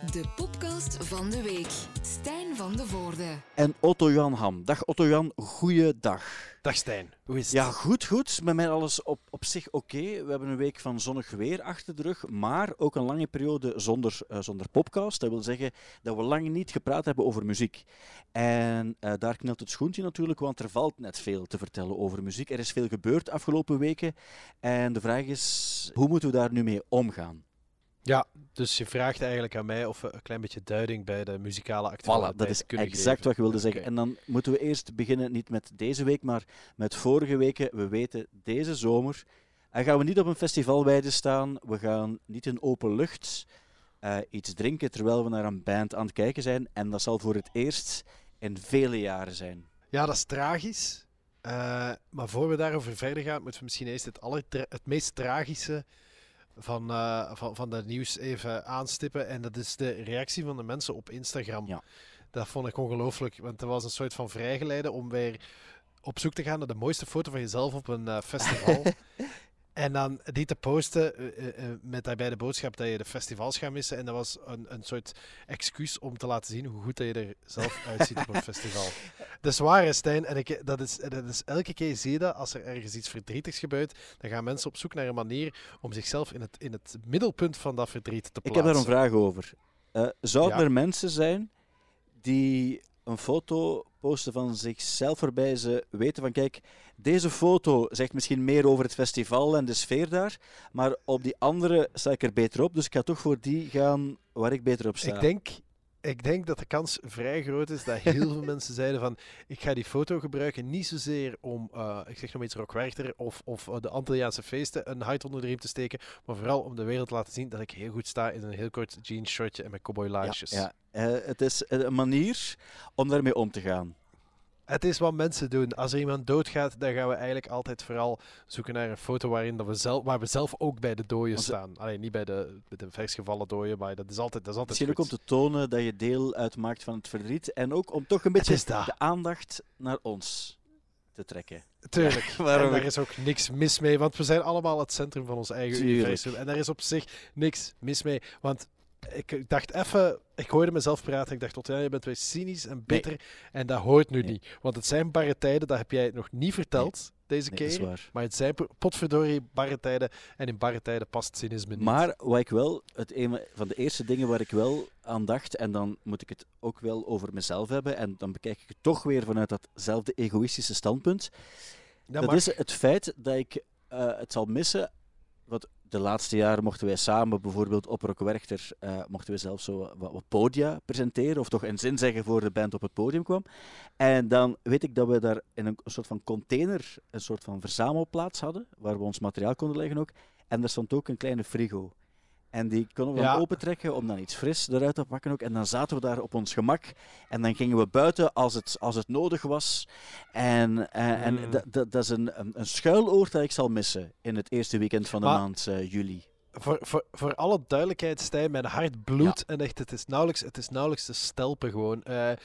De podcast van de week. Stijn van de Voorde. En Otto-Jan Ham. Dag Otto-Jan, goeiedag. Dag Stijn, hoe is het? Ja, goed. Met mij alles op zich oké. We hebben een week van zonnig weer achter de rug, maar ook een lange periode zonder podcast. Dat wil zeggen dat we lang niet gepraat hebben over muziek. En daar knelt het schoentje natuurlijk, want er valt net veel te vertellen over muziek. Er is veel gebeurd de afgelopen weken. En de vraag is, hoe moeten we daar nu mee omgaan? Ja, dus je vraagt eigenlijk aan mij of we een klein beetje duiding bij de muzikale actualiteit Voilà, dat is kunnen exact geven. wat je wilde Oké. zeggen. En dan moeten we eerst beginnen, niet met deze week, maar met vorige weken. We weten, deze zomer gaan we niet op een festivalweide staan. We gaan niet in open lucht iets drinken terwijl we naar een band aan het kijken zijn. En dat zal voor het eerst in vele jaren zijn. Ja, dat is tragisch. Maar voor we daarover verder gaan, moeten we misschien eerst het meest tragische van dat nieuws even aanstippen. En dat is de reactie van de mensen op Instagram. Ja. Dat vond ik ongelooflijk, want er was een soort van vrijgeleide om weer op zoek te gaan naar de mooiste foto van jezelf op een festival. En dan die te posten met daarbij de boodschap dat je de festivals gaat missen. En dat was een soort excuus om te laten zien hoe goed dat je er zelf uitziet op een festival. Dat is waar, Stijn. En dat is elke keer zie je dat, als er ergens iets verdrietigs gebeurt, dan gaan mensen op zoek naar een manier om zichzelf in het middelpunt van dat verdriet te Ik plaatsen. heb daar een vraag over. Zouden Ja. er mensen zijn die een foto posten van zichzelf waarbij ze weten van kijk, deze foto zegt misschien meer over het festival en de sfeer daar, maar op die andere sta ik er beter op, dus ik ga toch voor die gaan waar ik beter op sta. Ik denk dat de kans vrij groot is dat heel veel mensen zeiden van ik ga die foto gebruiken niet zozeer om, ik zeg nog maar iets Rock Werchter of de Antilliaanse feesten een huid onder de riem te steken, maar vooral om de wereld te laten zien dat ik heel goed sta in een heel kort jeans shirtje en met cowboylaarsjes. Ja. Het is een manier om daarmee om te gaan. Het is wat mensen doen. Als er iemand doodgaat, dan gaan we eigenlijk altijd vooral zoeken naar een foto waar we zelf ook bij de dooien staan. Alleen niet bij de versgevallen dooien, maar dat is altijd Misschien goed. ook om te tonen dat je deel uitmaakt van het verdriet en ook om toch een beetje is dat. de aandacht naar ons te trekken. Tuurlijk. Ja, waarom En daar ik- is ook niks mis mee, want we zijn allemaal het centrum van ons eigen Tuurlijk. universum. En daar is op zich niks mis mee. Want ik dacht even, ik hoorde mezelf praten. Ik dacht, tot ja, je bent weer cynisch en bitter. En dat hoort nu niet. Want het zijn barre tijden, dat heb jij nog niet verteld deze Nee, keer. dat is waar. Maar het zijn potverdorie barre tijden. En in barre tijden past cynisme niet. Maar wat ik wel, een van de eerste dingen waar ik wel aan dacht, en dan moet ik het ook wel over mezelf hebben, en dan bekijk ik het toch weer vanuit datzelfde egoïstische standpunt. Dat is het feit dat ik het zal missen. Want de laatste jaren mochten wij samen bijvoorbeeld op Rock Werchter mochten we zelf zo wat podia presenteren, of toch een zin zeggen voor de band op het podium kwam. En dan weet ik dat we daar in een soort van container, een soort van verzamelplaats hadden, waar we ons materiaal konden leggen ook. En daar stond ook een kleine frigo. En die konden we dan opentrekken om dan iets fris eruit te pakken ook. En dan zaten we daar op ons gemak. En dan gingen we buiten als het nodig was. En dat is een schuiloord dat ik zal missen in het eerste weekend van de maand juli. Voor alle duidelijkheid, Stijn, mijn hart bloedt en echt, het is nauwelijks te stelpen gewoon.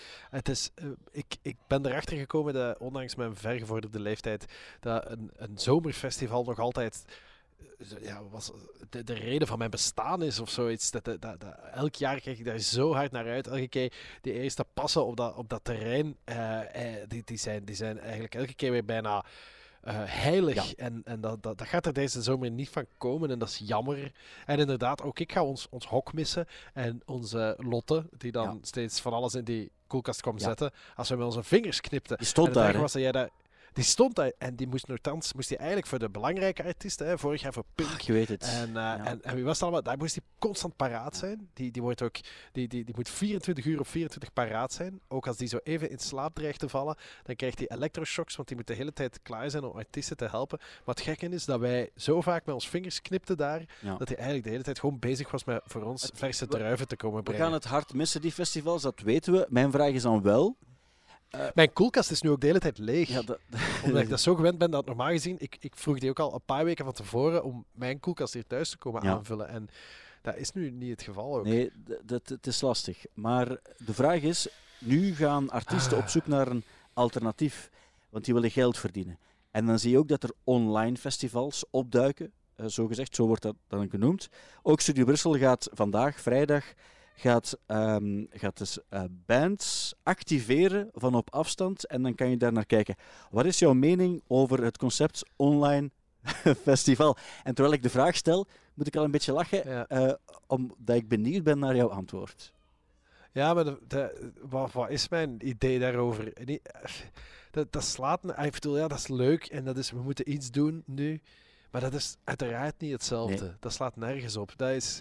Ik ben erachter gekomen dat, ondanks mijn vergevorderde leeftijd, dat een zomerfestival nog altijd was de reden van mijn bestaan is of zoiets. Elk jaar kijk ik daar zo hard naar uit. Elke keer die eerste passen op dat terrein, die zijn eigenlijk elke keer weer bijna heilig. Ja. En dat gaat er deze zomer niet van komen en dat is jammer. En inderdaad, ook ik ga ons hok missen. En onze Lotte, die dan steeds van alles in die koelkast kwam zetten, als we met onze vingers knipten. Die stond daar, was dat jij daar... Die stond daar en die moest hij eigenlijk voor de belangrijke artiesten, vorig jaar voor Punk. Ach, je weet het. En wie was het allemaal? Daar moest hij constant paraat zijn. Die moet 24 uur op 24 paraat zijn. Ook als die zo even in slaap dreigt te vallen, dan krijgt hij electroshocks, want die moet de hele tijd klaar zijn om artiesten te helpen. Maar het gekke is dat wij zo vaak met ons vingers knipten daar, dat hij eigenlijk de hele tijd gewoon bezig was met voor ons verse druiven te komen brengen. We gaan het hard missen, die festivals, dat weten we. Mijn vraag is dan wel... Mijn koelkast is nu ook de hele tijd leeg. Ja, Omdat ik dat zo gewend ben dat normaal gezien... Ik vroeg die ook al een paar weken van tevoren om mijn koelkast hier thuis te komen aanvullen. En dat is nu niet het geval ook. Nee, het is lastig. Maar de vraag is, nu gaan artiesten op zoek naar een alternatief. Want die willen geld verdienen. En dan zie je ook dat er online festivals opduiken. Zo gezegd, zo wordt dat dan genoemd. Ook Studio Brussel gaat vandaag, vrijdag, gaat dus bands activeren van op afstand en dan kan je daar naar kijken. Wat is jouw mening over het concept online festival? En terwijl ik de vraag stel, moet ik al een beetje lachen, omdat ik benieuwd ben naar jouw antwoord. Ja, maar wat is mijn idee daarover? Dat slaat me. Ik bedoel, ja, dat is leuk en we moeten iets doen nu. Maar dat is uiteraard niet hetzelfde. Nee. Dat slaat nergens op. Dat is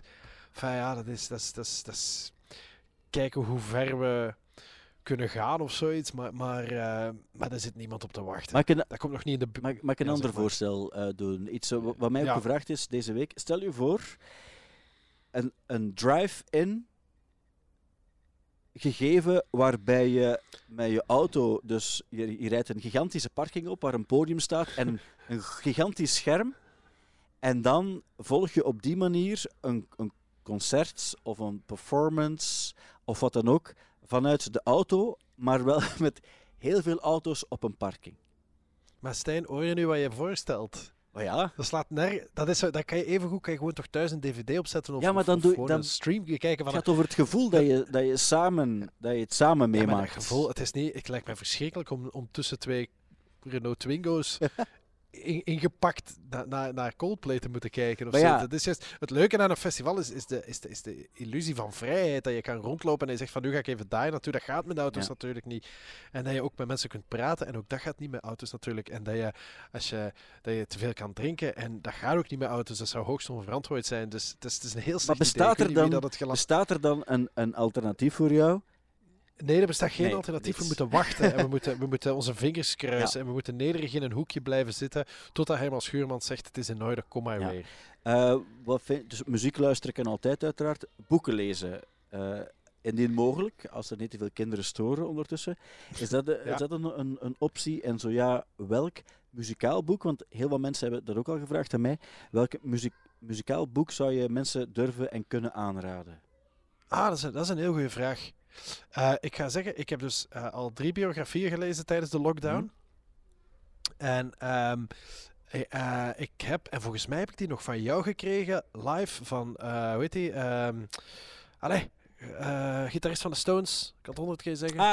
kijken hoe ver we kunnen gaan of zoiets. Maar daar zit niemand op te wachten. Dat komt nog niet in de Mag ik een ander voorstel doen? Iets wat mij ook gevraagd is deze week. Stel je voor, een drive-in gegeven waarbij je met je auto, dus je rijdt een gigantische parking op waar een podium staat en een gigantisch scherm. En dan volg je op die manier een concert of een performance of wat dan ook vanuit de auto, maar wel met heel veel auto's op een parking. Maar Stijn, hoor je nu wat je voorstelt? Oh ja? Dat slaat dat kan je evengoed gewoon toch thuis een dvd opzetten of, ja, maar dan gewoon een stream kijken. Het gaat over het gevoel dat je het samen meemaakt. Maar dat gevoel, het is niet... Het lijkt mij verschrikkelijk om tussen twee Renault Twingo's ingepakt naar Coldplay te moeten kijken. Of zo. Dat is juist, het leuke aan een festival is de illusie van vrijheid. Dat je kan rondlopen en je zegt van nu ga ik even daar naartoe. Dat gaat met auto's natuurlijk niet. En dat je ook met mensen kunt praten. En ook dat gaat niet met auto's natuurlijk. En dat je te veel kan drinken. En dat gaat ook niet met auto's. Dat zou hoogst onverantwoord zijn. Dus het is een heel slecht idee. Bestaat er dan een alternatief voor jou? Nee, er bestaat geen alternatief. We moeten wachten en we moeten onze vingers kruisen en we moeten nederig in een hoekje blijven zitten totdat Herman Schuurmans zegt het is in orde, kom maar weer. Dus muziek luisteren kan altijd uiteraard. Boeken lezen, indien mogelijk, als er niet te veel kinderen storen ondertussen. Is dat een optie? En zo ja, welk muzikaal boek? Want heel wat mensen hebben dat ook al gevraagd aan mij. Welk muzikaal boek zou je mensen durven en kunnen aanraden? Dat is een heel goede vraag. Ik ga zeggen, ik heb dus al 3 biografieën gelezen tijdens de lockdown. En ik heb, en volgens mij heb ik die nog van jou gekregen, live van, hoe heet die? Gitarist van de Stones, ik had het 100 keer zeggen.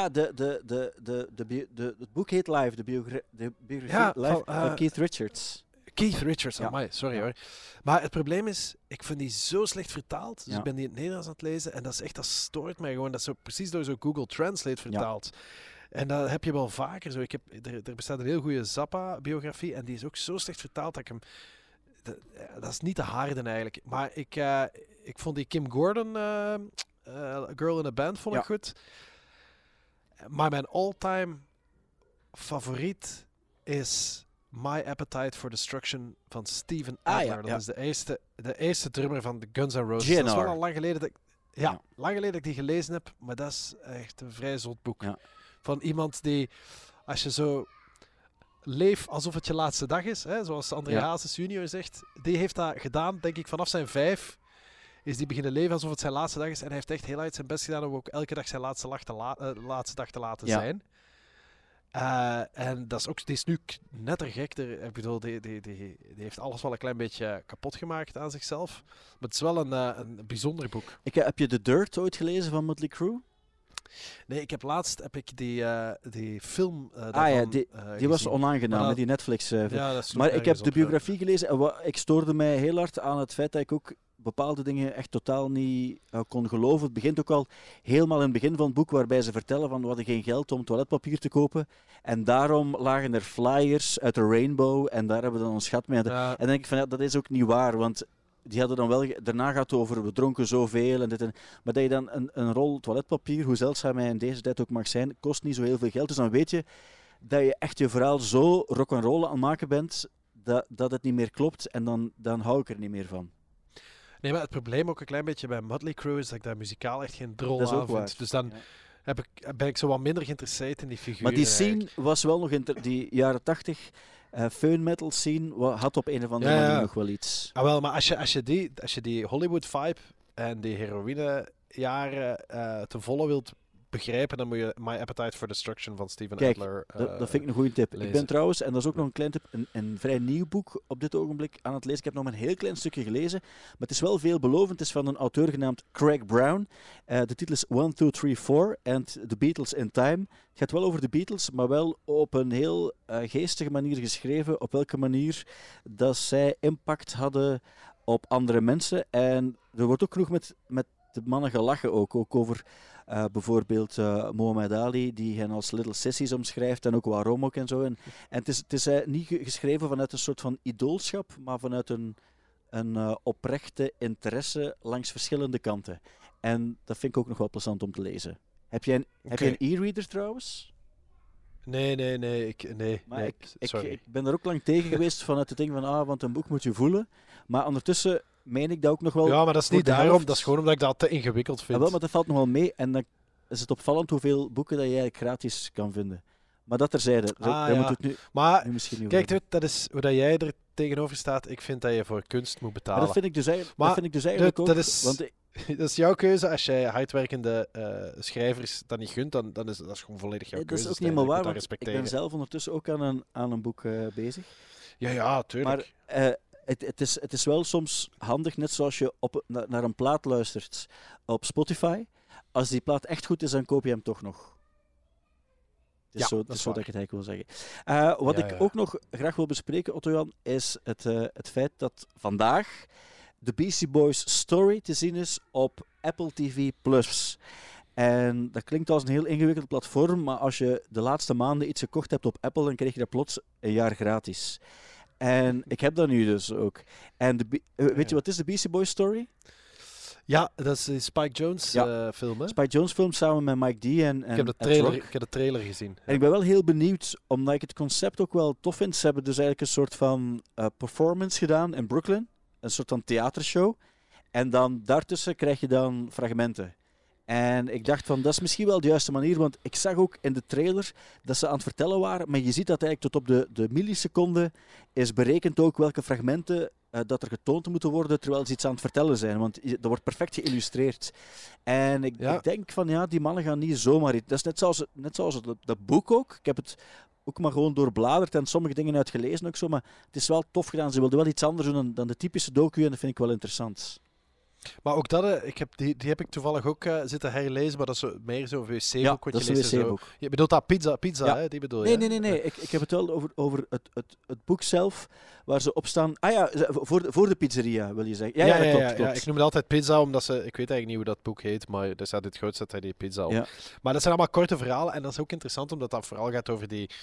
Het boek heet Live, de biografie live van Keith Richards. Keith Richards, sorry hoor. Maar het probleem is, ik vind die zo slecht vertaald. Dus ik ben die in het Nederlands aan het lezen. En dat stoort mij gewoon. Dat is zo precies door zo Google Translate vertaald. Ja. En dat heb je wel vaker. Zo. Er bestaat een heel goede Zappa-biografie. En die is ook zo slecht vertaald dat ik hem... Dat is niet te harden eigenlijk. Maar ik vond die Kim Gordon, Girl in a Band, vond ik goed. Maar mijn all-time favoriet is... My Appetite for Destruction van Steven Adler. Dat is de eerste drummer van de Guns N' Roses. GNR. Dat is wel al lang geleden dat ik die gelezen heb, maar dat is echt een vrij zot boek. Ja. Van iemand die, als je zo leeft alsof het je laatste dag is, hè, zoals André Hazes junior zegt, die heeft dat gedaan, denk ik, vanaf zijn 5 is die beginnen leven alsof het zijn laatste dag is. En hij heeft echt heel uit zijn best gedaan om ook elke dag zijn laatste dag te laten zijn. En dat is ook, die is nu knettergek. Ik bedoel, die heeft alles wel een klein beetje kapot gemaakt aan zichzelf. Maar het is wel een bijzonder boek. Heb je The Dirt ooit gelezen van Motley Crue? Nee, laatst die film die was onaangenaam, die Netflix film. Maar ik heb de biografie gelezen en ik stoorde mij heel hard aan het feit dat ik ook bepaalde dingen echt totaal niet kon geloven. Het begint ook al helemaal in het begin van het boek waarbij ze vertellen van we hadden geen geld om toiletpapier te kopen en daarom lagen er flyers uit de Rainbow en daar hebben we dan een schat mee. En dan denk ik van dat is ook niet waar, want die hadden dan wel... Daarna gaat het over we dronken zoveel en dit en... Maar dat je dan een rol toiletpapier, hoe zeldzaam hij in deze tijd ook mag zijn, kost niet zo heel veel geld. Dus dan weet je dat je echt je verhaal zo rock'n'roll aan het maken bent dat het niet meer klopt en dan hou ik er niet meer van. Nee, maar het probleem ook een klein beetje bij Motley Crue is dat ik daar muzikaal echt geen drol aan vind. Dus dan ben ik zo wat minder geïnteresseerd in die figuren. Maar die scene was wel nog die jaren 80 fun metal scene had op een of andere manier nog wel iets. Wel, maar als je die Hollywood vibe en die heroïne jaren ten volle wilt begrijpen, dan moet je My Appetite for Destruction van Steven Kijk, Adler dat vind ik een goede tip. lezen. Ik ben trouwens, en dat is ook nog een klein tip, een vrij nieuw boek op dit ogenblik aan het lezen. Ik heb nog maar een heel klein stukje gelezen, maar het is wel veelbelovend. Het is van een auteur genaamd Craig Brown. De titel is 1, 2, 3, 4 and The Beatles in Time. Het gaat wel over de Beatles, maar wel op een heel geestige manier geschreven. Op welke manier dat zij impact hadden op andere mensen. En er wordt ook genoeg met de mannen gelachen ook over bijvoorbeeld Muhammad Ali, die hen als Little Sissies omschrijft en ook waarom ook en zo. En het is niet geschreven vanuit een soort van idoolschap, maar vanuit een oprechte interesse langs verschillende kanten. En dat vind ik ook nog wel plezant om te lezen. Heb jij een e-reader trouwens? Nee. Sorry. Ik ben er ook lang tegen geweest vanuit het ding van, want een boek moet je voelen. Maar ondertussen meen ik dat ook nog wel. Ja, maar dat is niet daarom. Dat is gewoon omdat ik dat te ingewikkeld vind. Ja, wel, maar dat valt nog wel mee. En dan is het opvallend hoeveel boeken dat je eigenlijk gratis kan vinden. Maar dat terzijde. Daar moet het nu, maar nu misschien niet kijk, dat is hoe dat jij er tegenover staat. Ik vind dat je voor kunst moet betalen. Maar dat vind ik dus eigenlijk ook. Dat is jouw keuze. Als jij hardwerkende schrijvers dat niet gunt, dan is dat gewoon volledig jouw keuze. Dat is ook niet helemaal waar, want ik ben zelf ondertussen ook aan een boek bezig. Ja, tuurlijk. Maar het is wel soms handig, net zoals je naar een plaat luistert op Spotify. Als die plaat echt goed is, dan koop je hem toch nog. Het is zo dat ik het eigenlijk wil zeggen. Wat ik ook nog graag wil bespreken, Otto-Jan, is het feit dat vandaag de Beastie Boys Story te zien is op Apple TV+. En dat klinkt als een heel ingewikkeld platform, maar als je de laatste maanden iets gekocht hebt op Apple, dan krijg je dat plots een jaar gratis. En ik heb dat nu dus ook. En weet je wat is de Beastie Boys Story? Ja, dat is de Spike Jonze film, hè? Spike Jonze film samen met Mike D. en ik heb de trailer gezien. En ik ben wel heel benieuwd, omdat ik het concept ook wel tof vind. Ze hebben dus eigenlijk een soort van performance gedaan in Brooklyn. Een soort van theatershow. En dan daartussen krijg je dan fragmenten. En ik dacht van, dat is misschien wel de juiste manier, want ik zag ook in de trailer dat ze aan het vertellen waren, maar je ziet dat eigenlijk tot op de milliseconde is berekend ook welke fragmenten dat er getoond moeten worden terwijl ze iets aan het vertellen zijn, want dat wordt perfect geïllustreerd. En ik denk van, die mannen gaan niet zomaar iets. Dat is net zoals dat boek ook. Ik heb het ook maar gewoon doorbladerd en sommige dingen uitgelezen ook zo, maar het is wel tof gedaan. Ze wilden wel iets anders doen dan de typische docu en dat vind ik wel interessant. Maar ook dat, die heb ik toevallig ook zitten herlezen, maar dat is meer zo'n wc-boek wat je leest. Wc-boek. Je bedoelt dat pizza hè? Die bedoel je? Nee. Ik heb het wel over het boek zelf, waar ze op staan. Voor de pizzeria, wil je zeggen. Ja, dat klopt. Ja, ik noem het altijd pizza, omdat ik weet eigenlijk niet hoe dat boek heet, maar er staat dit groot, staat hij die pizza op. Ja. Maar dat zijn allemaal korte verhalen en dat is ook interessant, omdat dat vooral gaat over die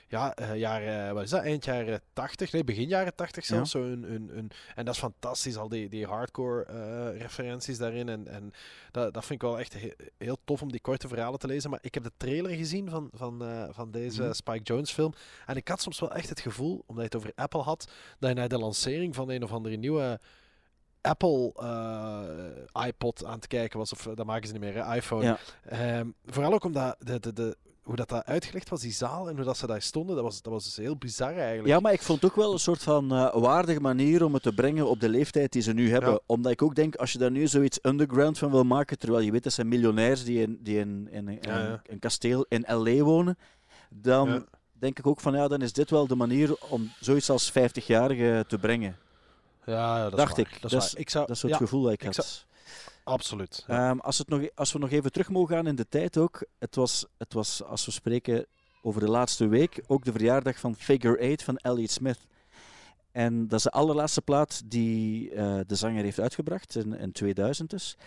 jaren, wat is dat, eind jaren 80? Nee, begin jaren 80 zelfs. Ja. En dat is fantastisch, al die hardcore referenties daarin. En dat vind ik wel echt heel tof om die korte verhalen te lezen. Maar ik heb de trailer gezien van deze Spike Jonze film. En ik had soms wel echt het gevoel, omdat je het over Apple had, dat je naar de lancering van een of andere nieuwe Apple iPod aan het kijken was. Of dat maken ze niet meer, hè? iPhone. Ja. Vooral ook omdat hoe dat uitgelegd was, die zaal, en hoe dat ze daar stonden, dat was dus heel bizar eigenlijk. Ja, maar ik vond het ook wel een soort van waardige manier om het te brengen op de leeftijd die ze nu hebben. Ja. Omdat ik ook denk, als je daar nu zoiets underground van wil maken, terwijl je weet dat zijn miljonairs die in een kasteel in L.A. wonen, dan denk ik ook van, dan is dit wel de manier om zoiets als 50-jarige te brengen. Ja, dat dacht is waar. ik. Dat is het gevoel dat ik had. Absoluut. Ja. Als we nog even terug mogen gaan in de tijd ook. Het was, als we spreken over de laatste week, ook de verjaardag van Figure 8 van Elliott Smith. En dat is de allerlaatste plaat die de zanger heeft uitgebracht, in 2000 dus.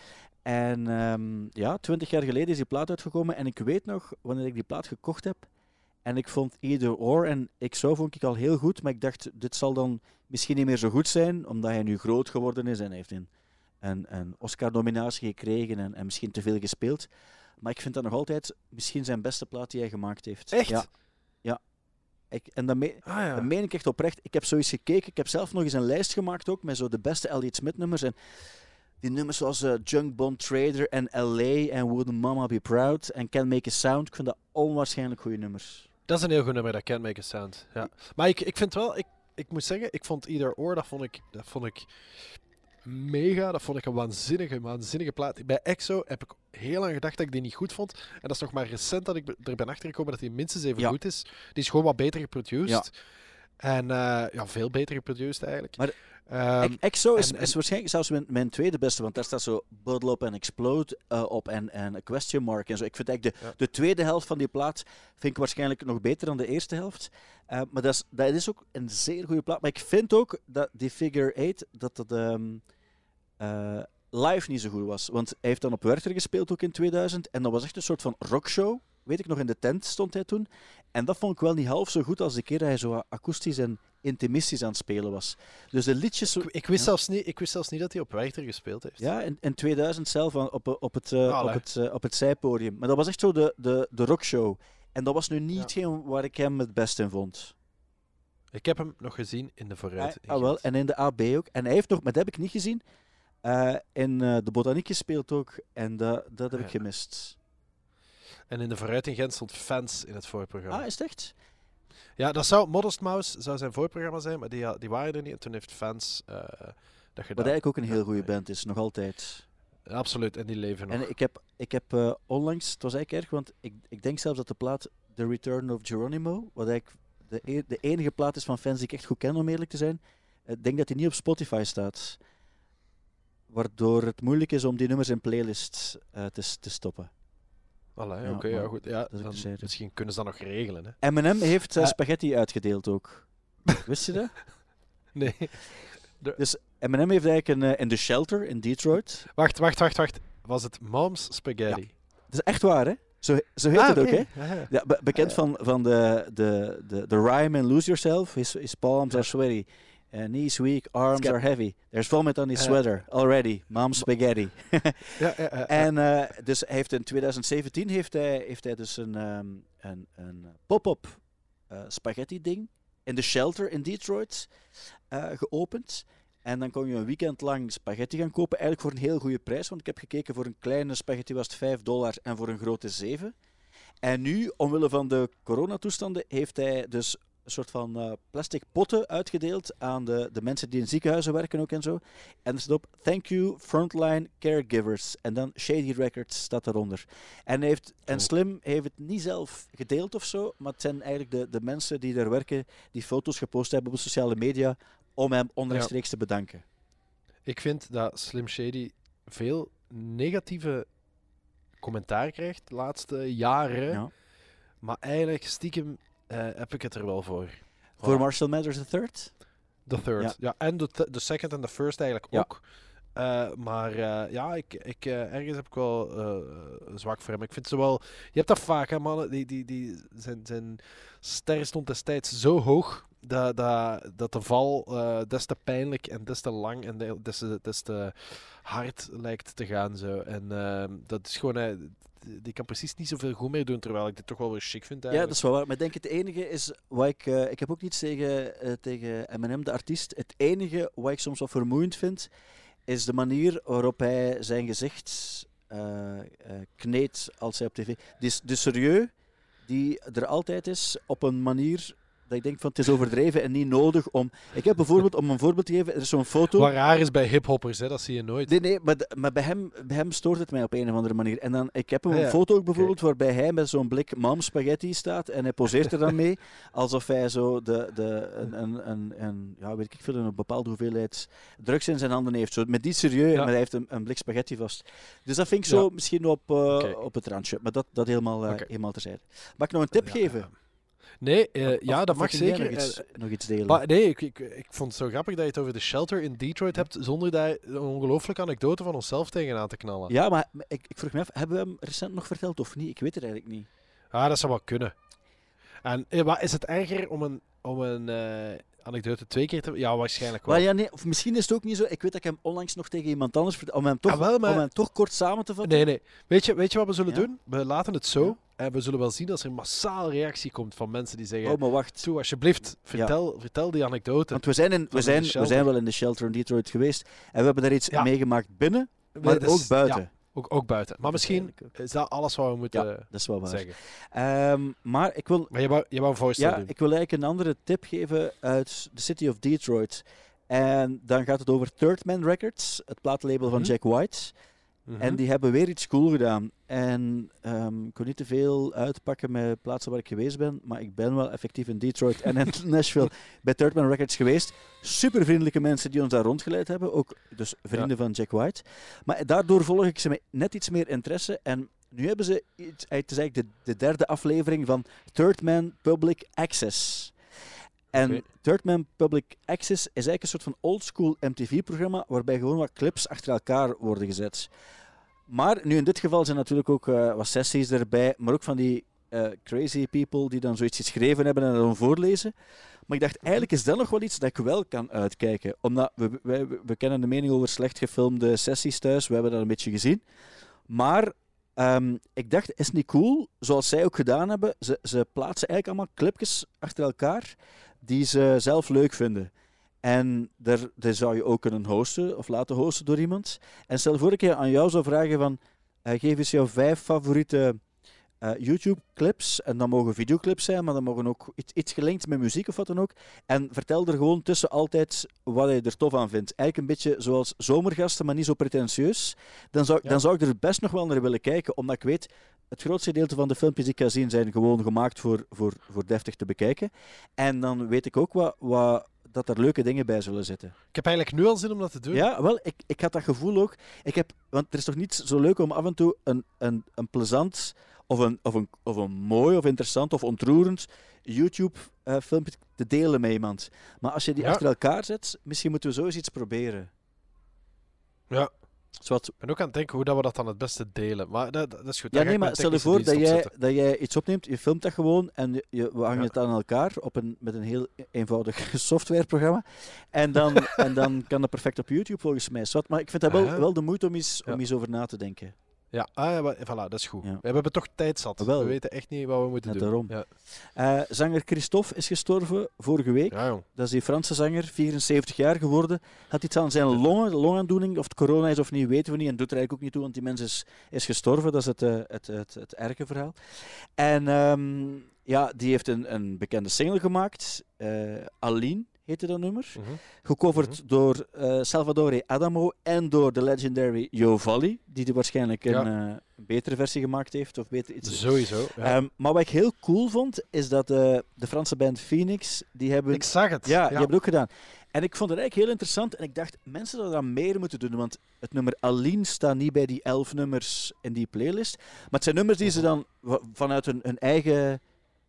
En 20 jaar geleden is die plaat uitgekomen. En ik weet nog, wanneer ik die plaat gekocht heb, en ik vond Either Or en XO vond ik al heel goed, maar ik dacht, dit zal dan misschien niet meer zo goed zijn, omdat hij nu groot geworden is en hij heeft een Oscar-nominatie gekregen en misschien te veel gespeeld. Maar ik vind dat nog altijd misschien zijn beste plaat die hij gemaakt heeft. Echt? Ja. Dat meen ik echt oprecht. Ik heb zoiets gekeken. Ik heb zelf nog eens een lijst gemaakt ook met zo de beste Elliott Smith nummers. En die nummers zoals Junk Bond Trader en L.A. en Wouldn't Mama Be Proud en Can't Make a Sound. Ik vind dat onwaarschijnlijk goede nummers. Dat is een heel goed nummer, dat Can't Make a Sound. Ja. Maar ik vind wel, ik moet zeggen, ik vond Either Or, dat vond ik mega. Dat vond ik een waanzinnige plaat. Bij EXO heb ik heel lang gedacht dat ik die niet goed vond. En dat is nog maar recent dat ik er ben achtergekomen dat die minstens even goed is. Die is gewoon wat beter geproduced. Ja. En veel beter geproduced eigenlijk. Maar EXO is waarschijnlijk zelfs mijn tweede beste, want daar staat zo Bottle Up and Explode op en A Question Mark en zo. Ik vind eigenlijk de tweede helft van die plaat vind ik waarschijnlijk nog beter dan de eerste helft. Maar dat is ook een zeer goede plaat. Maar ik vind ook dat die Figure 8 dat live niet zo goed was. Want hij heeft dan op Werchter gespeeld ook in 2000 en dat was echt een soort van rockshow. Weet ik nog, in de tent stond hij toen. En dat vond ik wel niet half zo goed als de keer dat hij zo akoestisch en intimistisch aan het spelen was. Dus de liedjes... Ik wist zelfs niet dat hij op Werchter gespeeld heeft. Ja, in 2000 zelf op het zijpodium. Maar dat was echt zo de rockshow. En dat was nu niet hetgeen waar ik hem het best in vond. Ik heb hem nog gezien in de Vooruit. Wel, en in de AB ook. En hij heeft nog, maar dat heb ik niet gezien, in de Botaniek gespeeld ook. En dat heb ik gemist. En in de Vooruit in Gent stond Fans in het voorprogramma. Ah, is het echt? Ja, dat zou Modest Mouse zou zijn voorprogramma zijn, maar die waren er niet. En toen heeft Fans dat gedaan. Wat eigenlijk ook een heel goede band is, nog altijd. Absoluut, en die leven nog. En ik heb onlangs, het was eigenlijk erg, want ik denk zelfs dat de plaat The Return of Geronimo, wat eigenlijk de enige plaat is van Fans die ik echt goed ken, om eerlijk te zijn, ik denk dat die niet op Spotify staat. Waardoor het moeilijk is om die nummers in playlists te stoppen. Oké, goed. Ja, misschien kunnen ze dat nog regelen. Hè. Eminem heeft spaghetti uitgedeeld ook. Wist je dat? Nee. Dus Eminem heeft eigenlijk in The Shelter in Detroit... Wacht. Was het Mom's Spaghetti? Ja. Dat is echt waar, hè? Zo heet het ook, hè? Ja, bekend van de rhyme in Lose Yourself. His palms are sweaty. Knees weak, arms are heavy. There's vomit on his sweater already. Mom's spaghetti. En dus hij heeft in 2017 heeft hij dus een pop-up spaghetti ding in de Shelter in Detroit geopend. En dan kon je een weekend lang spaghetti gaan kopen, eigenlijk voor een heel goede prijs. Want ik heb gekeken, voor een kleine spaghetti was het $5 en voor een grote 7. En nu, omwille van de coronatoestanden, heeft hij dus een soort van plastic potten uitgedeeld aan de mensen die in ziekenhuizen werken ook en zo. En er staat op, thank you frontline caregivers. En dan Shady Records staat daaronder. En Slim heeft het niet zelf gedeeld of zo, maar het zijn eigenlijk de mensen die daar werken, die foto's gepost hebben op de sociale media, om hem onrechtstreeks te bedanken. Ik vind dat Slim Shady veel negatieve commentaar krijgt de laatste jaren. Ja. Maar eigenlijk stiekem heb ik het er wel voor. Voor Marshall Mathers III? The third, ja. En de second en de first eigenlijk ook. Maar ergens heb ik wel zwak voor hem. Ik vind ze wel... Je hebt dat vaak, hè, mannen. Zijn ster stond destijds zo hoog dat de val des te pijnlijk en des te lang en des te hard lijkt te gaan. Zo. En dat is gewoon... die kan precies niet zoveel goed meer doen, terwijl ik dit toch wel weer chic vind eigenlijk. Ja, dat is wel waar. Maar ik denk het enige is... ik heb ook niets tegen Eminem, de artiest. Het enige wat ik soms wat vermoeiend vind, is de manier waarop hij zijn gezicht kneedt als hij op tv... De serieus die er altijd is, op een manier dat ik denk van het is overdreven en niet nodig om... Ik heb bijvoorbeeld, om een voorbeeld te geven, er is zo'n foto... Wat raar is bij hiphoppers, hè, dat zie je nooit. Nee, maar bij hem stoort het mij op een of andere manier. En dan, ik heb een foto ook bijvoorbeeld waarbij hij met zo'n blik Mom's spaghetti staat en hij poseert er dan mee, alsof hij zo weet ik veel, een bepaalde hoeveelheid drugs in zijn handen heeft. Zo, met die serieus, maar hij heeft een blik spaghetti vast. Dus dat vind ik zo misschien op het randje. Maar dat helemaal terzijde. Mag ik nog een tip geven? Nee, dat mag zeker. Nog iets delen. Maar nee, ik vond het zo grappig dat je het over de Shelter in Detroit hebt, zonder daar een ongelooflijke anekdote van onszelf tegenaan te knallen. Ja, maar ik vroeg me af, hebben we hem recent nog verteld of niet? Ik weet het eigenlijk niet. Dat zou wel kunnen. En is het erger om een anekdote 2 keer te... Ja, waarschijnlijk wel. Maar ja, nee, of misschien is het ook niet zo. Ik weet dat ik hem onlangs nog tegen iemand anders vertelde, om hem toch kort samen te vatten. Nee. Weet je wat we zullen doen? We laten het zo. En we zullen wel zien dat er massaal reactie komt van mensen die zeggen... Oh, maar wacht. Toe, alsjeblieft, vertel die anekdote. Want we zijn wel in de Shelter in Detroit geweest. En we hebben daar iets meegemaakt binnen, maar ook buiten. Ja, ook buiten. Maar misschien is dat alles wat we moeten dat is wel waar. zeggen. Maar ik wil... Maar je wou een voorstel doen. Ik wil eigenlijk een andere tip geven uit de City of Detroit. En dan gaat het over Third Man Records, het platenlabel van Jack White. En die hebben weer iets cool gedaan. En ik wil niet te veel uitpakken met plaatsen waar ik geweest ben, maar ik ben wel effectief in Detroit en in Nashville bij Third Man Records geweest. Super vriendelijke mensen die ons daar rondgeleid hebben, ook dus vrienden van Jack White. Maar daardoor volg ik ze met net iets meer interesse. En nu hebben ze iets, het is eigenlijk de derde aflevering van Third Man Public Access. En Third Man Public Access is eigenlijk een soort van oldschool MTV-programma waarbij gewoon wat clips achter elkaar worden gezet. Maar nu in dit geval zijn natuurlijk ook wat sessies erbij, maar ook van die crazy people die dan zoiets geschreven hebben en dat dan voorlezen. Maar ik dacht, eigenlijk is dat nog wel iets dat ik wel kan uitkijken. Omdat we kennen de mening over slecht gefilmde sessies thuis, we hebben dat een beetje gezien. Maar ik dacht, is het niet cool, zoals zij ook gedaan hebben, ze plaatsen eigenlijk allemaal clipjes achter elkaar die ze zelf leuk vinden. En daar zou je ook kunnen hosten of laten hosten door iemand. En stel voor ik je aan jou zou vragen van, geef eens jouw 5 favoriete YouTube-clips. En dat mogen videoclips zijn, maar dat mogen ook iets gelinkt met muziek of wat dan ook. En vertel er gewoon tussen altijd wat je er tof aan vindt. Eigenlijk een beetje zoals Zomergasten, maar niet zo pretentieus. Dan zou ik er best nog wel naar willen kijken, omdat ik weet, het grootste gedeelte van de filmpjes die ik ga zien zijn gewoon gemaakt voor deftig te bekijken. En dan weet ik ook dat er leuke dingen bij zullen zitten. Ik heb eigenlijk nu al zin om dat te doen. Ja, wel, ik had dat gevoel ook. Want er is toch niet zo leuk om af en toe een plezant of een mooi of interessant of ontroerend YouTube-filmpje te delen met iemand. Maar als je die achter elkaar zet, misschien moeten we zo eens iets proberen. Ja. Zwart. Ik ben ook aan het denken hoe dat we dat dan het beste delen. Maar dat is goed. Ja, nee, maar stel je voor dat jij iets opneemt, je filmt dat gewoon en we hangen het aan elkaar met een heel eenvoudig softwareprogramma. En dan kan dat perfect op YouTube volgens mij. Zwart. Maar ik vind dat wel de moeite om eens over na te denken. Ja, voilà, dat is goed. Ja. We hebben toch tijd zat. Wel. We weten echt niet wat we moeten doen. Daarom. Ja. Zanger Christophe is gestorven vorige week. Ja, jong. Dat is die Franse zanger, 74 jaar geworden. Had iets aan zijn longaandoening. Of het corona is of niet, weten we niet. En doet er eigenlijk ook niet toe, want die mens is gestorven. Dat is het erge verhaal. En die heeft een bekende single gemaakt. Aline heette dat nummer. Gecoverd door Salvatore Adamo en door de legendary Joe Valli, die er waarschijnlijk een betere versie gemaakt heeft. Of beter iets. Sowieso. Ja. Maar wat ik heel cool vond, is dat de Franse band Phoenix, die hebben... Ik zag het. Ja, die hebben het ook gedaan. En ik vond het eigenlijk heel interessant. En ik dacht, mensen zouden dat meer moeten doen. Want het nummer Aline staat niet bij die 11 nummers in die playlist. Maar het zijn nummers die ze dan vanuit hun eigen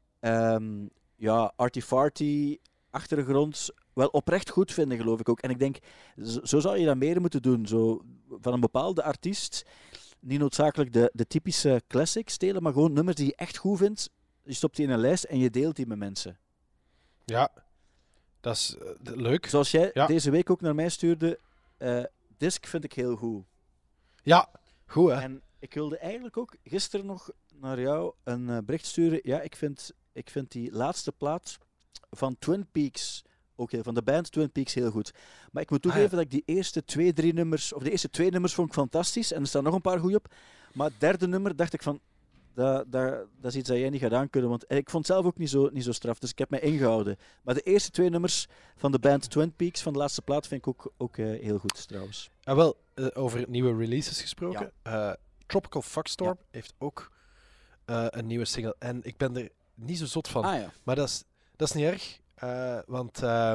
arty-farty achtergrond wel oprecht goed vinden, geloof ik ook. En ik denk, zo zou je dat meer moeten doen. Zo, van een bepaalde artiest, niet noodzakelijk de typische classics stelen, maar gewoon nummers die je echt goed vindt. Je stopt die in een lijst en je deelt die met mensen. Ja, dat is leuk. Zoals jij deze week ook naar mij stuurde, Disc vind ik heel goed. Ja, goed hè. En ik wilde eigenlijk ook gisteren nog naar jou een bericht sturen. Ja, ik vind die laatste plaat van Twin Peaks, ook van de band Twin Peaks, heel goed. Maar ik moet toegeven dat ik die eerste 2 nummers vond ik fantastisch. En er staan nog een paar goed op. Maar het derde nummer dacht ik van, dat is iets dat jij niet gaat aankunnen. Want ik vond het zelf ook niet zo straf, dus ik heb mij ingehouden. Maar de eerste 2 nummers van de band Twin Peaks, van de laatste plaat, vind ik ook heel goed trouwens. Over nieuwe releases gesproken. Ja. Tropical Fuckstorm heeft ook een nieuwe single. En ik ben er niet zo zot van. Maar dat is niet erg. Want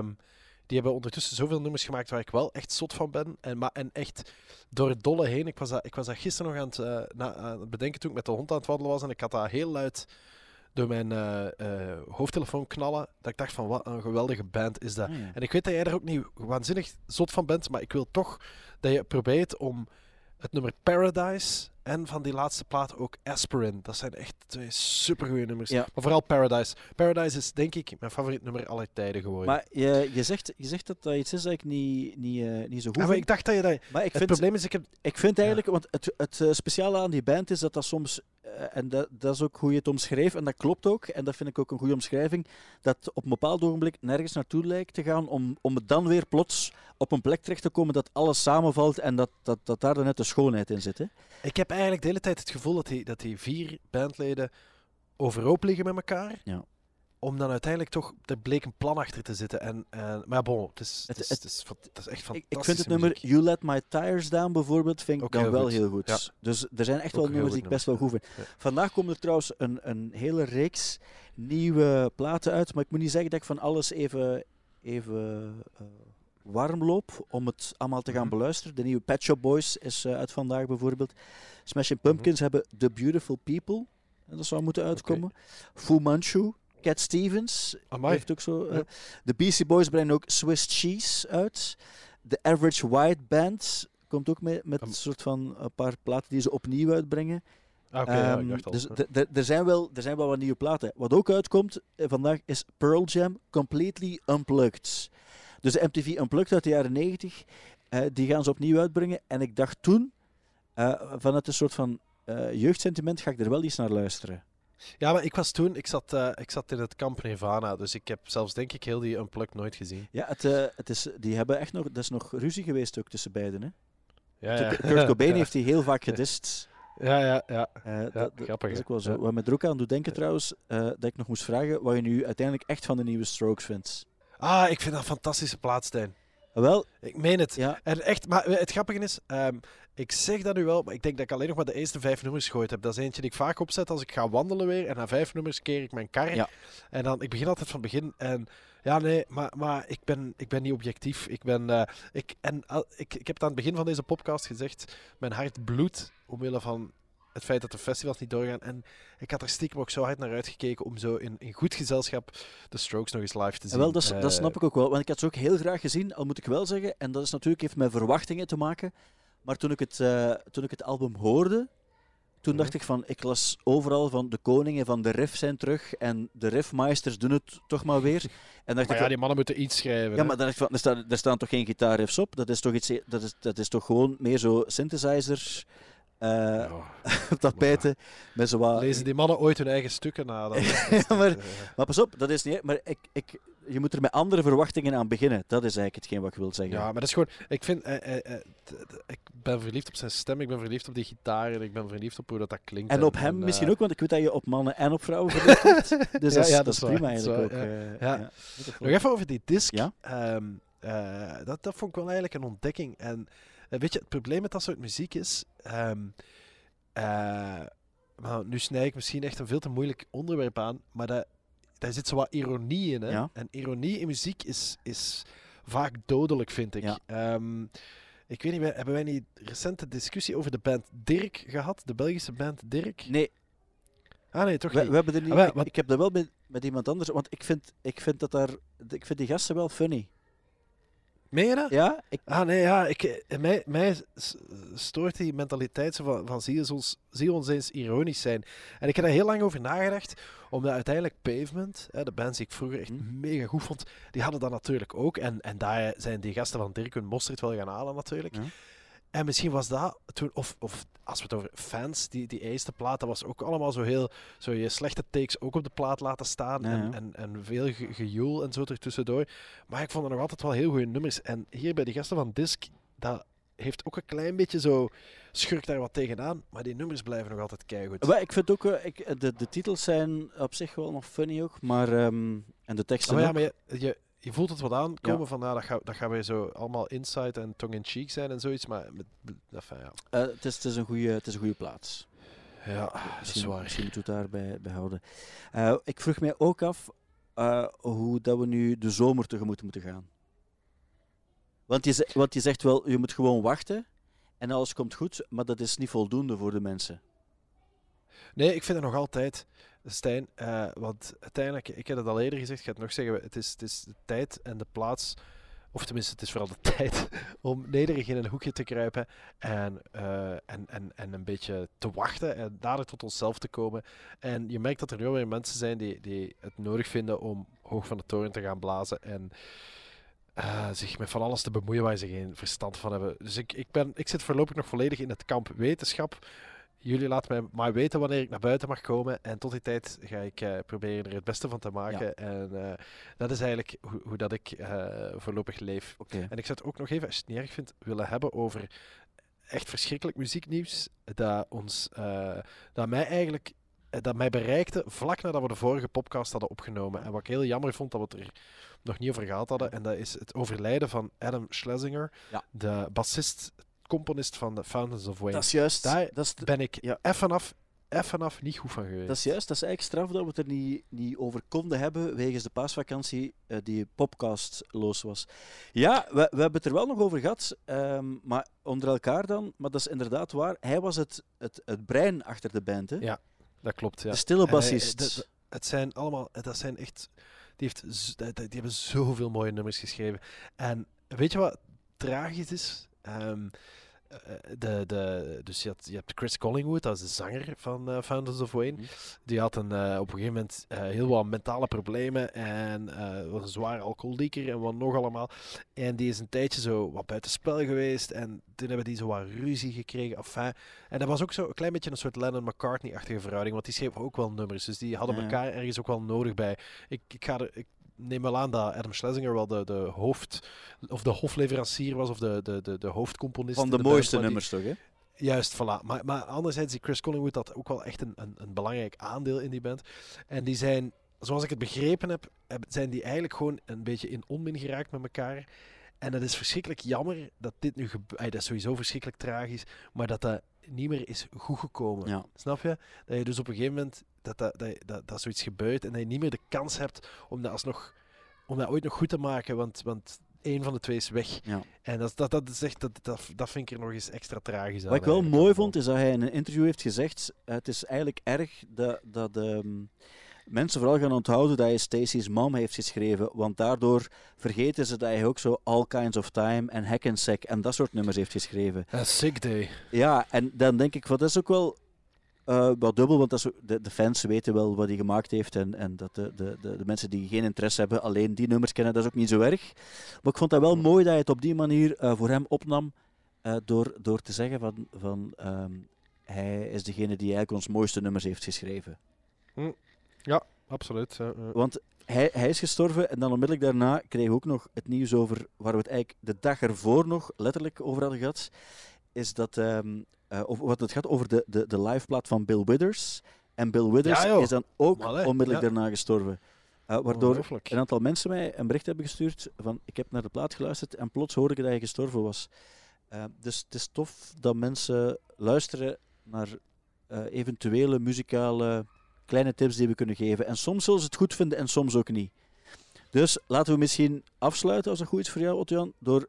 die hebben ondertussen zoveel nummers gemaakt waar ik wel echt zot van ben. En echt door het dolle heen. Ik was dat gisteren nog aan het bedenken toen ik met de hond aan het wandelen was. En ik had dat heel luid door mijn hoofdtelefoon knallen. Dat ik dacht van, wat een geweldige band is dat. En ik weet dat jij er ook niet waanzinnig zot van bent. Maar ik wil toch dat je probeert om het nummer Paradise en van die laatste plaat ook Aspirin. Dat zijn echt 2 supergoeie nummers. Ja. Maar vooral Paradise. Paradise is denk ik mijn favoriet nummer aller tijden geworden. Maar je zegt dat dat iets is dat ik niet zo goed vind. Maar ik dacht dat je dat... Maar het probleem is, ik vind eigenlijk... Want het speciale aan die band is dat soms... en dat is ook hoe je het omschreef. En dat klopt ook. En dat vind ik ook een goede omschrijving. Dat op een bepaald ogenblik nergens naartoe lijkt te gaan. Om het dan weer plots op een plek terecht te komen dat alles samenvalt. En dat daar dan net de schoonheid in zit. Hè? Ik heb eigenlijk de hele tijd het gevoel dat die 4 bandleden overhoop liggen met elkaar. Ja. om dan uiteindelijk toch... Er bleek een plan achter te zitten. Maar bon, het is echt fantastisch. Ik vind het nummer You Let My Tires Down bijvoorbeeld vind ik ook dan heel wel goed. heel goed. Ja. Dus er zijn echt Ook wel een nummers heel die ik best wel goed goed vind. nummer. Ja. Vandaag komt er trouwens een hele reeks nieuwe platen uit. Maar ik moet niet zeggen dat ik van alles even warm loop om het allemaal te gaan beluisteren. De nieuwe Pet Shop Boys is uit vandaag bijvoorbeeld. Smashing Pumpkins hebben The Beautiful People. En dat zou moeten uitkomen. Fu Manchu, Cat Stevens heeft ook zo. De Beastie Boys brengen ook Swiss Cheese uit. The Average White Band komt ook met een soort van een paar platen die ze opnieuw uitbrengen. Ik dacht al. Dus er zijn wel wat nieuwe platen. Wat ook uitkomt vandaag is Pearl Jam Completely Unplugged. Dus de MTV Unplugged uit de jaren 90, die gaan ze opnieuw uitbrengen. En ik dacht toen, vanuit een soort van jeugdsentiment, ga ik er wel eens naar luisteren. Ja, maar ik zat in het kamp Nirvana, dus ik heb zelfs denk ik heel die Unplugged nooit gezien. Ja, die hebben echt nog, dat is nog ruzie geweest ook tussen beiden. Hè? Ja. Kurt Cobain heeft die heel vaak gedist. Ja. Dat Grappig. is ook wel zo. Ja. Wat me er ook aan doet denken trouwens, dat ik nog moest vragen wat je nu uiteindelijk echt van de nieuwe Strokes vindt. Ik vind dat een fantastische plaat, Stijn. Wel, Ik meen het. ja. En echt, maar het grappige is, ik zeg dat nu wel, maar ik denk dat ik alleen nog maar de eerste 5 nummers gegooid heb. Dat is eentje die ik vaak opzet als ik ga wandelen weer. En na 5 nummers keer ik mijn kar. Ja. En dan, ik begin altijd van het begin. En ja, nee, maar ik ben niet objectief. Ik heb het aan het begin van deze podcast gezegd. Mijn hart bloedt omwille van het feit dat de festivals niet doorgaan. En ik had er stiekem ook zo hard naar uitgekeken om zo in goed gezelschap de Strokes nog eens live te zien. Wel, dat snap ik ook wel. Want ik had ze ook heel graag gezien, al moet ik wel zeggen. En dat is natuurlijk heeft met verwachtingen te maken. Maar toen ik het album hoorde, toen dacht ik van, ik las overal van de koningen van de riff zijn terug. En de riffmeisters doen het toch maar weer. En dacht Maar ik, ja, die mannen moeten iets schrijven. ja, hè. maar dan dacht ik van, er staan toch geen gitaarriffs op? Dat is toch iets, dat is toch gewoon meer zo synthesizers... tapijten met zo wat... Lezen die mannen ooit hun eigen stukken na? Maar pas op, dat is niet... Maar je moet er met andere verwachtingen aan beginnen. Dat is eigenlijk hetgeen wat ik wil zeggen. Ja, maar dat is gewoon... Ik vind... ik ben verliefd op zijn stem, ik ben verliefd op die gitaar en ik ben verliefd op hoe dat klinkt. En op hem misschien ook, want ik weet dat je op mannen en op vrouwen verliefd wordt. Dus dat is prima eigenlijk ook. Nog even over die disc. Ja? Dat vond ik wel eigenlijk een ontdekking. En weet je, het probleem met dat soort muziek is... maar nu snij ik misschien echt een veel te moeilijk onderwerp aan, maar daar zit zo wat ironie in. Hè? Ja. En ironie in muziek is vaak dodelijk, vind ik. Ja. Ik weet niet, hebben wij niet recente discussie over de band Dirk gehad? De Belgische band Dirk? Nee. Nee, toch We niet. hebben er niet... Ah, ik heb dat wel met iemand anders, want ik vind die gasten wel funny. Meen je dat? Ja? Nee, ja. Mij stoort die mentaliteit zo van zie ons eens ironisch zijn. En ik heb daar heel lang over nagedacht, omdat uiteindelijk Pavement, de bands die ik vroeger echt mega goed vond, die hadden dat natuurlijk ook. En daar zijn die gasten van Dirk hun mosterd wel gaan halen natuurlijk. Ja. En misschien was dat toen, of als we het over fans, die eerste plaat, dat was ook allemaal zo heel, zo je slechte takes ook op de plaat laten staan. Ja. En veel gejoel en zo ertussendoor. Maar ik vond er nog altijd wel heel goede nummers. En hier bij die gasten van Disc, dat heeft ook een klein beetje zo, schurkt daar wat tegenaan. Maar die nummers blijven nog altijd keigoed. Ik vind ook, de titels zijn op zich wel nog funny ook, maar en de teksten ook. Maar je voelt het wat aankomen van, dat gaat weer zo allemaal inside en tongue-in-cheek zijn en zoiets, maar het is een goede plaats. Ja, dat is waar. Misschien moeten we het daarbij behouden. Ik vroeg mij ook af hoe dat we nu de zomer tegemoet moeten gaan. Want je zegt wel, je moet gewoon wachten en alles komt goed, maar dat is niet voldoende voor de mensen. Nee, ik vind het nog altijd, Stijn, want uiteindelijk, ik heb het al eerder gezegd, ik ga het nog zeggen, het is de tijd en de plaats, of tenminste het is vooral de tijd, om nederig in een hoekje te kruipen en een beetje te wachten en daardoor tot onszelf te komen. En je merkt dat er nu weer mensen zijn die het nodig vinden om hoog van de toren te gaan blazen en zich met van alles te bemoeien waar ze geen verstand van hebben. Dus ik zit voorlopig nog volledig in het kamp wetenschap. Jullie laten mij maar weten wanneer ik naar buiten mag komen. En tot die tijd ga ik proberen er het beste van te maken. Ja. En dat is eigenlijk hoe dat ik voorlopig leef. Okay. En ik zou het ook nog even, als je het niet erg vindt, willen hebben over echt verschrikkelijk muzieknieuws. Dat mij eigenlijk dat mij bereikte vlak nadat we de vorige podcast hadden opgenomen. En wat ik heel jammer vond, dat we het er nog niet over gehad hadden. En dat is het overlijden van Adam Schlesinger, de bassist, componist van The Fountains of Wayne. Dat is juist. Daar ben ik even af niet goed van geweest. Dat is juist. Dat is eigenlijk straf dat we het er niet over konden hebben wegens de paasvakantie die podcastloos was. Ja, we hebben het er wel nog over gehad, maar onder elkaar dan. Maar dat is inderdaad waar. Hij was het brein achter de band. Hè? Ja, dat klopt. Ja. De stille bassist. Het zijn allemaal... Dat zijn echt... Die hebben zoveel mooie nummers geschreven. En weet je wat tragisch is? Dus je hebt Chris Collingwood, dat is de zanger van Fountains of Wayne. Die had op een gegeven moment heel wat mentale problemen en was een zware alcoholieker en wat nog allemaal. En die is een tijdje zo wat buitenspel geweest en toen hebben die zo wat ruzie gekregen. Enfin, en dat was ook zo een klein beetje een soort Lennon-McCartney-achtige verhouding, want die schreef ook wel nummers. Dus die hadden elkaar ergens ook wel nodig bij. Ik neem wel aan dat Adam Schlesinger wel de hofleverancier was of de hoofdcomponist. Van de mooiste nummers toch, hè? Juist, voilà. Maar anderzijds, die Chris Collingwood had ook wel echt een belangrijk aandeel in die band. En die zijn, zoals ik het begrepen heb, zijn die eigenlijk gewoon een beetje in onmin geraakt met elkaar. En dat is verschrikkelijk jammer dat dit nu dat is sowieso verschrikkelijk tragisch, maar dat niet meer is goed gekomen. Ja. Snap je? Dat je dus op een gegeven moment dat zoiets gebeurt en dat je niet meer de kans hebt om dat ooit nog goed te maken, want één van de twee is weg. Ja. En dat vind ik er nog eens extra tragisch aan. Wat ik wel mooi vond, is dat hij in een interview heeft gezegd, het is eigenlijk erg dat mensen vooral gaan onthouden dat hij Stacey's Mom heeft geschreven, want daardoor vergeten ze dat hij ook zo All Kinds of Time en Hackensack en dat soort nummers heeft geschreven. Sick Day. Ja, en dan denk ik, dat is ook wel wat dubbel, want dat is de fans weten wel wat hij gemaakt heeft en dat de mensen die geen interesse hebben alleen die nummers kennen, dat is ook niet zo erg. Maar ik vond dat wel mooi dat hij het op die manier voor hem opnam door te zeggen van hij is degene die eigenlijk ons mooiste nummers heeft geschreven. Ja, absoluut. Want hij is gestorven en dan onmiddellijk daarna kregen we ook nog het nieuws over, waar we het eigenlijk de dag ervoor nog letterlijk over hadden gehad, is dat wat het gaat over de liveplaat van Bill Withers. En Bill Withers is dan ook onmiddellijk daarna gestorven. Waardoor een aantal mensen mij een bericht hebben gestuurd van ik heb naar de plaat geluisterd en plots hoorde ik dat hij gestorven was. Dus het is tof dat mensen luisteren naar eventuele muzikale kleine tips die we kunnen geven. En soms zullen ze het goed vinden en soms ook niet. Dus laten we misschien afsluiten, als dat goed is voor jou, Otto-Jan, door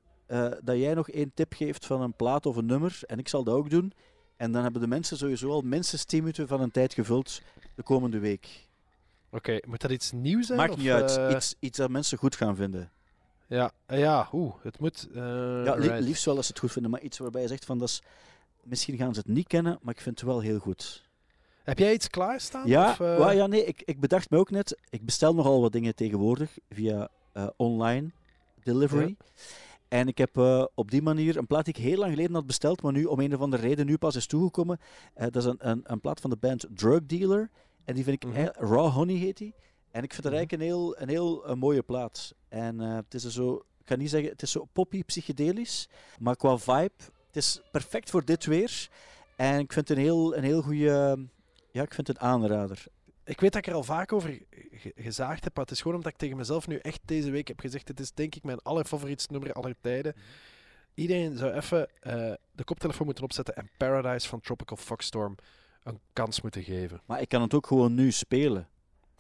dat jij nog 1 tip geeft van een plaat of een nummer. En ik zal dat ook doen. En dan hebben de mensen sowieso al minstens 10 minuten van een tijd gevuld de komende week. Oké, moet dat iets nieuws zijn? Maakt niet uit. Iets dat mensen goed gaan vinden. Ja, het moet... liefst wel als ze het goed vinden, maar iets waarbij je zegt van misschien gaan ze het niet kennen, maar ik vind het wel heel goed. Heb jij iets klaarstaan? Ja, nee, ik bedacht me ook net, ik bestel nogal wat dingen tegenwoordig via online delivery. Ja. En ik heb op die manier een plaat die ik heel lang geleden had besteld, maar nu om een of andere reden nu pas is toegekomen. Dat is een plaat van de band Drug Dealer. En die vind ik, Raw Honey heet die. En ik vind het eigenlijk een heel mooie plaat. En het is zo, ik ga niet zeggen, het is zo poppy, psychedelisch. Maar qua vibe, het is perfect voor dit weer. En ik vind het een heel goede, ik vind het een aanrader. Ik weet dat ik er al vaak over gezaagd heb, maar het is gewoon omdat ik tegen mezelf nu echt deze week heb gezegd, het is denk ik mijn allerfavorietste nummer aller tijden. Iedereen zou even de koptelefoon moeten opzetten en Paradise van Tropical Foxstorm een kans moeten geven. Maar ik kan het ook gewoon nu spelen.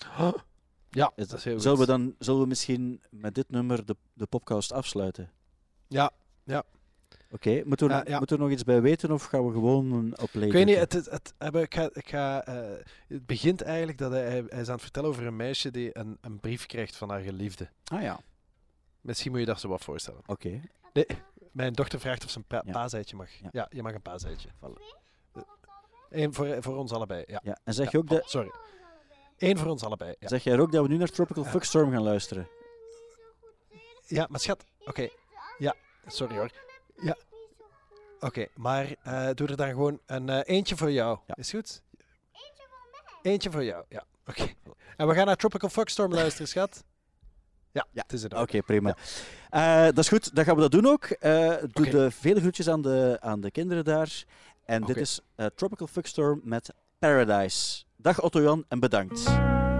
Ja, dat is heel goed. Zullen we misschien met dit nummer de podcast afsluiten? Ja. Oké, moeten we er nog iets bij weten of gaan we gewoon op lezen? Ik weet niet, het begint eigenlijk dat hij is aan het vertellen over een meisje die een brief krijgt van haar geliefde. Ah ja. Misschien moet je dat zo wat voorstellen. Oké. Nee, mijn dochter vraagt of ze een paaseitje mag. Ja, je mag een paaseitje. Eén voor ons allebei. Ja. En zeg je ook dat... Sorry. 1 voor ons allebei. Ja. Zeg jij ook dat we nu naar Tropical Foxstorm gaan luisteren? Ja, maar schat... Oké. Ja, sorry hoor. Ja. Oké, maar doe er dan gewoon een eentje voor jou. Ja. Is goed? Eentje voor mij? Eentje voor jou, ja. Oké. En we gaan naar Tropical Foxstorm luisteren, schat. Ja, het is het ook. Oké, prima. Ja. Dat is goed, dan gaan we dat doen ook. Doe de vele groetjes aan de kinderen daar. En dit is Tropical Foxstorm met Paradise. Dag Otto-Jan en bedankt.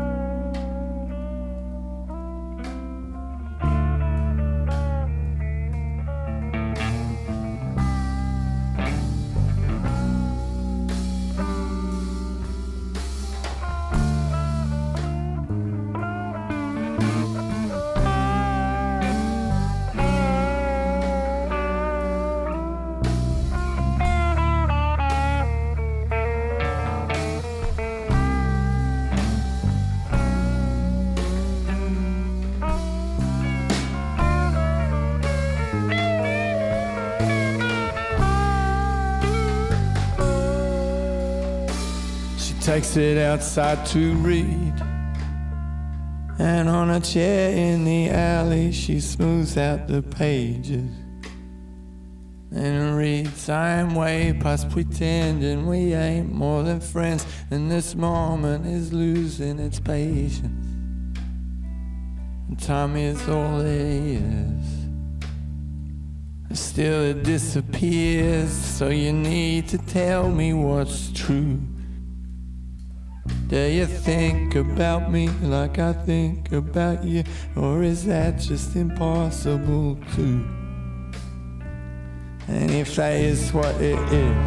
Takes it outside to read, and on a chair in the alley she smooths out the pages and reads, I'm way past pretending we ain't more than friends, and this moment is losing its patience, and time is all it is. Still it disappears, so you need to tell me what's true. Do you think about me like I think about you, or is that just impossible too? And if that is what it is,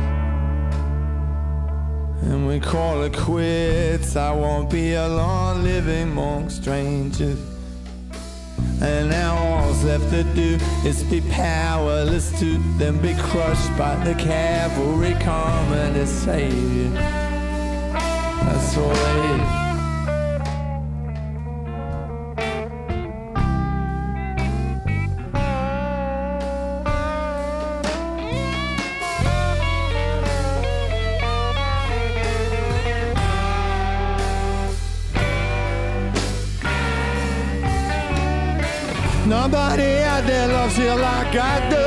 and we call it quits, I won't be alone living among strangers. And now all's left to do is be powerless to then be crushed by the cavalry coming to save you. That's all it is. Nobody out there loves you like I do.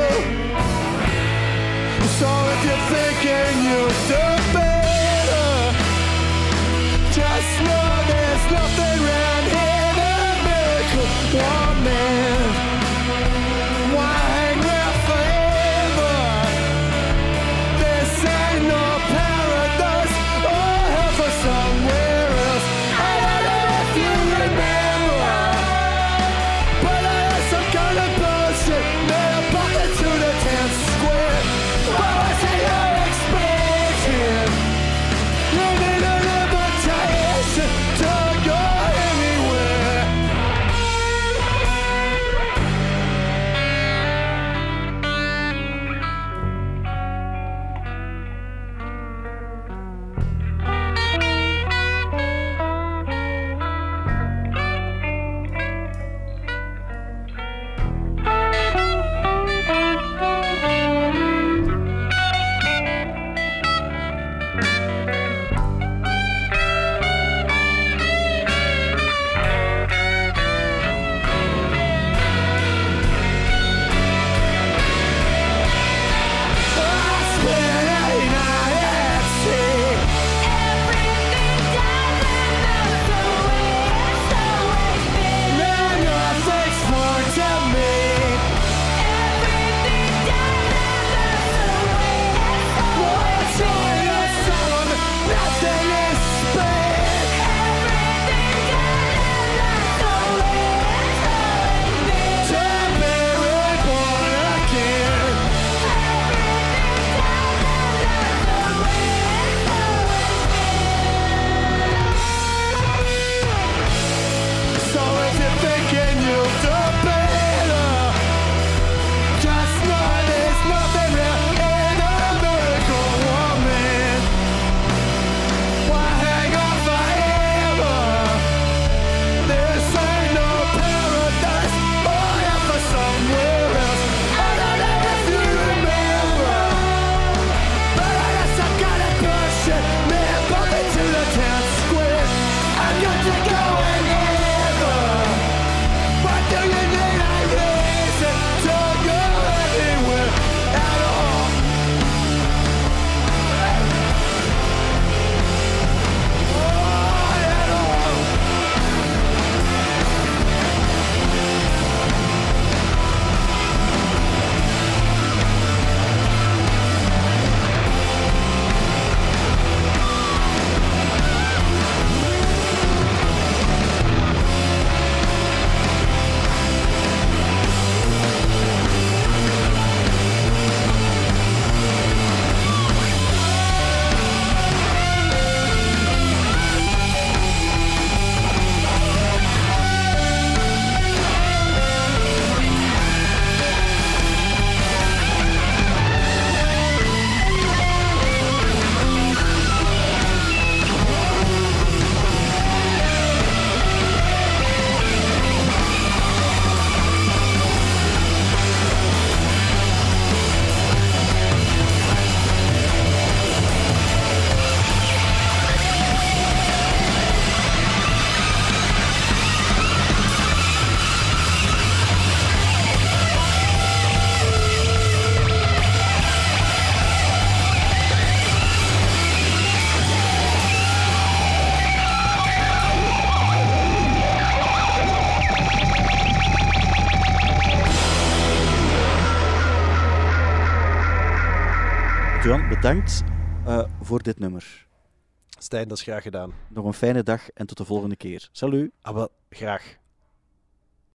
So if you're thinking you'll do better, just know there's nothing around here that make one man. Why hang there forever? This ain't no paradise or hell for somewhere else. I don't know if you remember, but I had some kind of bullshit made a bucket to the town square. What was it you're expecting? Antoine, bedankt voor dit nummer. Stijn, dat is graag gedaan. Nog een fijne dag en tot de volgende keer. Salut! Ah, wel, graag.